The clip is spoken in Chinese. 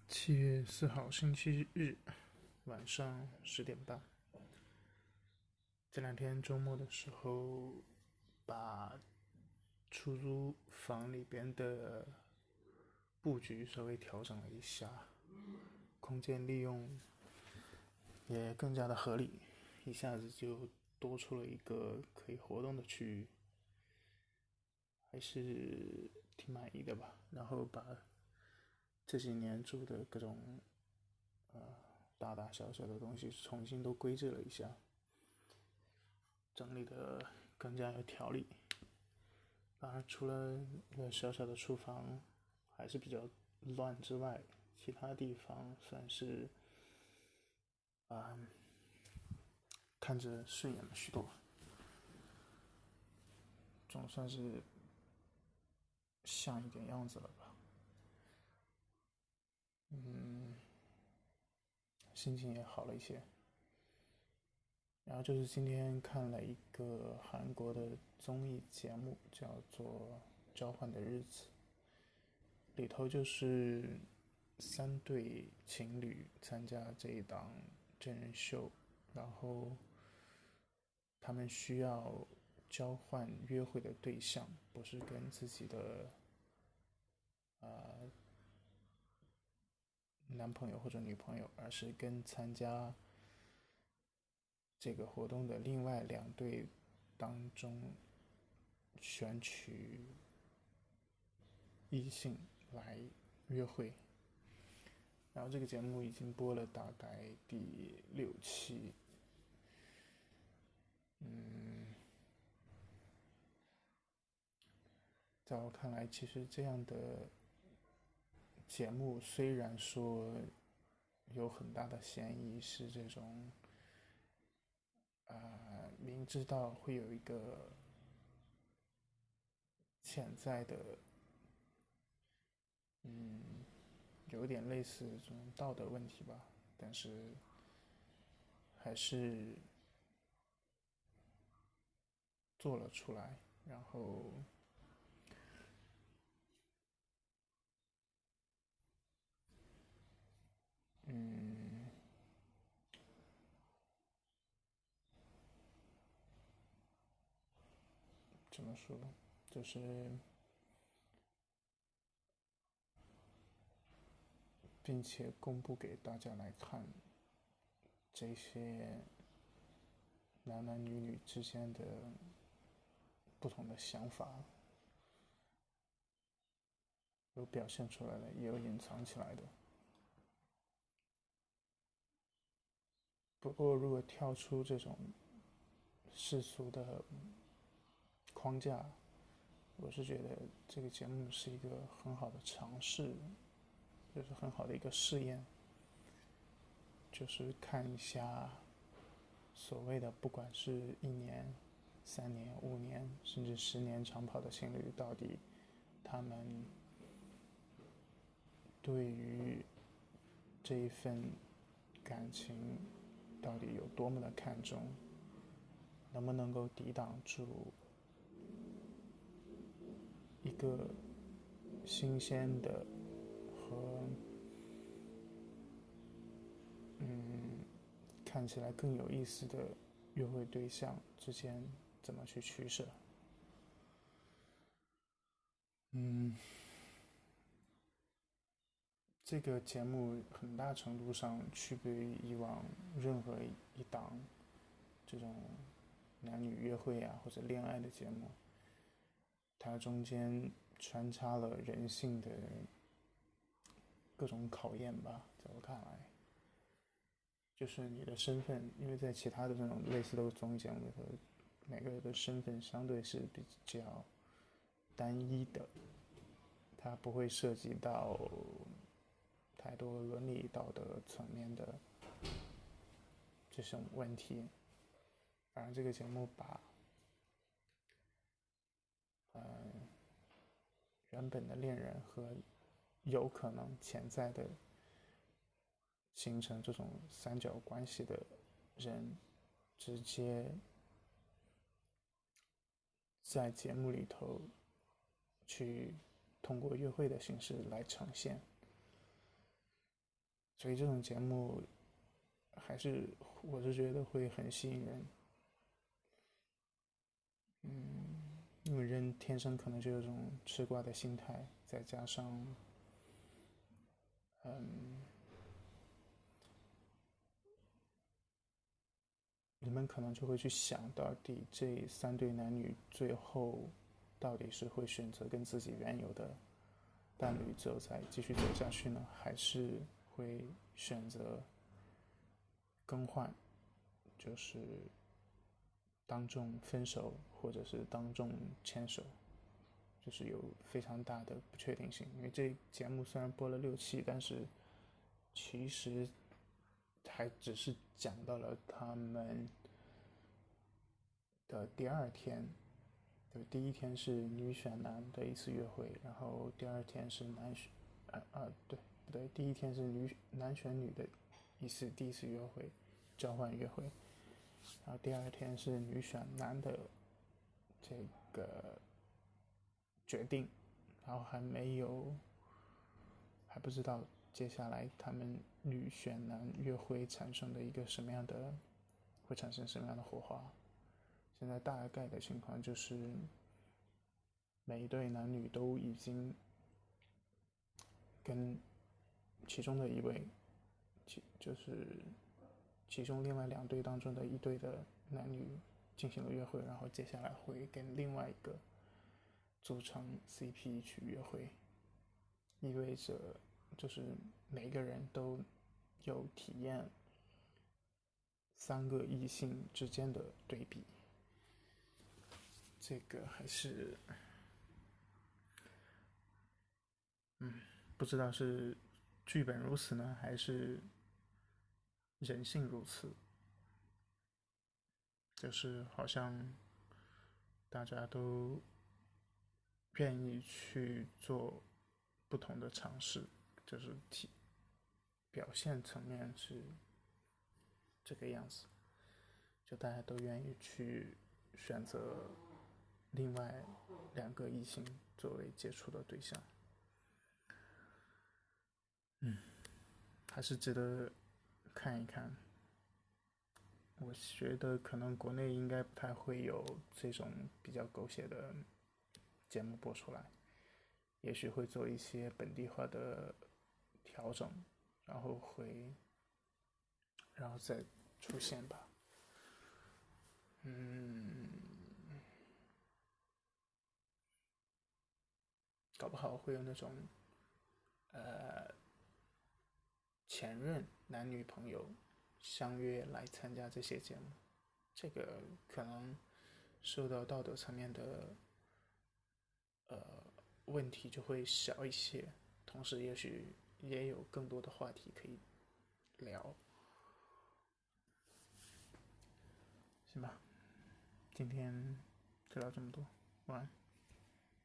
7月4号星期日晚上10点半，这两天周末的时候，把出租房里边的布局稍微调整了一下，空间利用也更加的合理，一下子就多出了一个可以活动的区域，还是挺满意的吧。然后把这几年住的各种大大小小的东西重新都规制了一下，整理的更加有条理。当然，除了小小的厨房还是比较乱之外，其他地方算是看着顺眼了许多，总算是像一点样子了吧。心情也好了一些。然后就是今天看了一个韩国的综艺节目，叫做《交换的日子》，里头就是3对情侣参加这一档真人秀，然后他们需要交换约会的对象，不是跟自己的男朋友或者女朋友，而是跟参加这个活动的另外2对当中选取异性来约会。然后这个节目已经播了大概第6期，在我看来，其实这样的节目虽然说有很大的嫌疑是这种明知道会有一个潜在的有点类似这种道德问题吧，但是还是做了出来，然后怎么说，就是并且公布给大家来看这些男男女女之间的不同的想法，有表现出来的，也有隐藏起来的。不过，如果跳出这种世俗的框架，我是觉得这个节目是一个很好的尝试，就是很好的一个试验，就是看一下所谓的不管是1年、3年、5年，甚至10年长跑的情侣，到底他们对于这一份感情到底有多么的看重，能不能够抵挡住一个新鲜的和看起来更有意思的约会对象之间怎么去取舍。这个节目很大程度上区别于以往任何一档这种男女约会啊或者恋爱的节目，它中间穿插了人性的各种考验吧，在我看来，就是你的身份，因为在其他的这种类似的综艺节目里头，每个人的身份相对是比较单一的，它不会涉及到太多伦理道德层面的这种问题。而这个节目把原本的恋人和有可能潜在的形成这种三角关系的人，直接在节目里头去通过约会的形式来呈现。 所以这种节目还是我是觉得会很吸引人。因为人天生可能就有这种吃瓜的心态，再加上人们可能就会去想到底这三对男女最后到底是会选择跟自己原有的伴侣之后再继续走下去呢，还是会选择更换，就是当众分手或者是当众牵手，就是有非常大的不确定性。因为这节目虽然播了6期，但是其实还只是讲到了他们的第二天，就第一天是女选男的一次约会，然后第二天是男选，对不对？第一天是男选女的第一次约会，交换约会，然后第二天是女选男的这个决定，然后还不知道接下来他们女选男约会产生的一个什么样的，会产生什么样的火花。现在大概的情况就是每一对男女都已经跟其中的一位，就是其中另外2对当中的一对的男女进行了约会，然后接下来会跟另外一个组成 CP 去约会，意味着就是每个人都有体验3个异性之间的对比，这个还是不知道是剧本如此呢，还是人性如此，就是好像大家都愿意去做不同的尝试，就是表现层面是这个样子，就大家都愿意去选择另外2个异性作为接触的对象，还是值得看一看。我觉得可能国内应该不太会有这种比较狗血的节目播出来，也许会做一些本地化的调整，然后再出现吧。搞不好会有那种前任男女朋友相约来参加这些节目，这个可能受到道德层面的问题就会小一些，同时也许也有更多的话题可以聊，行吧？今天就聊这么多，晚安。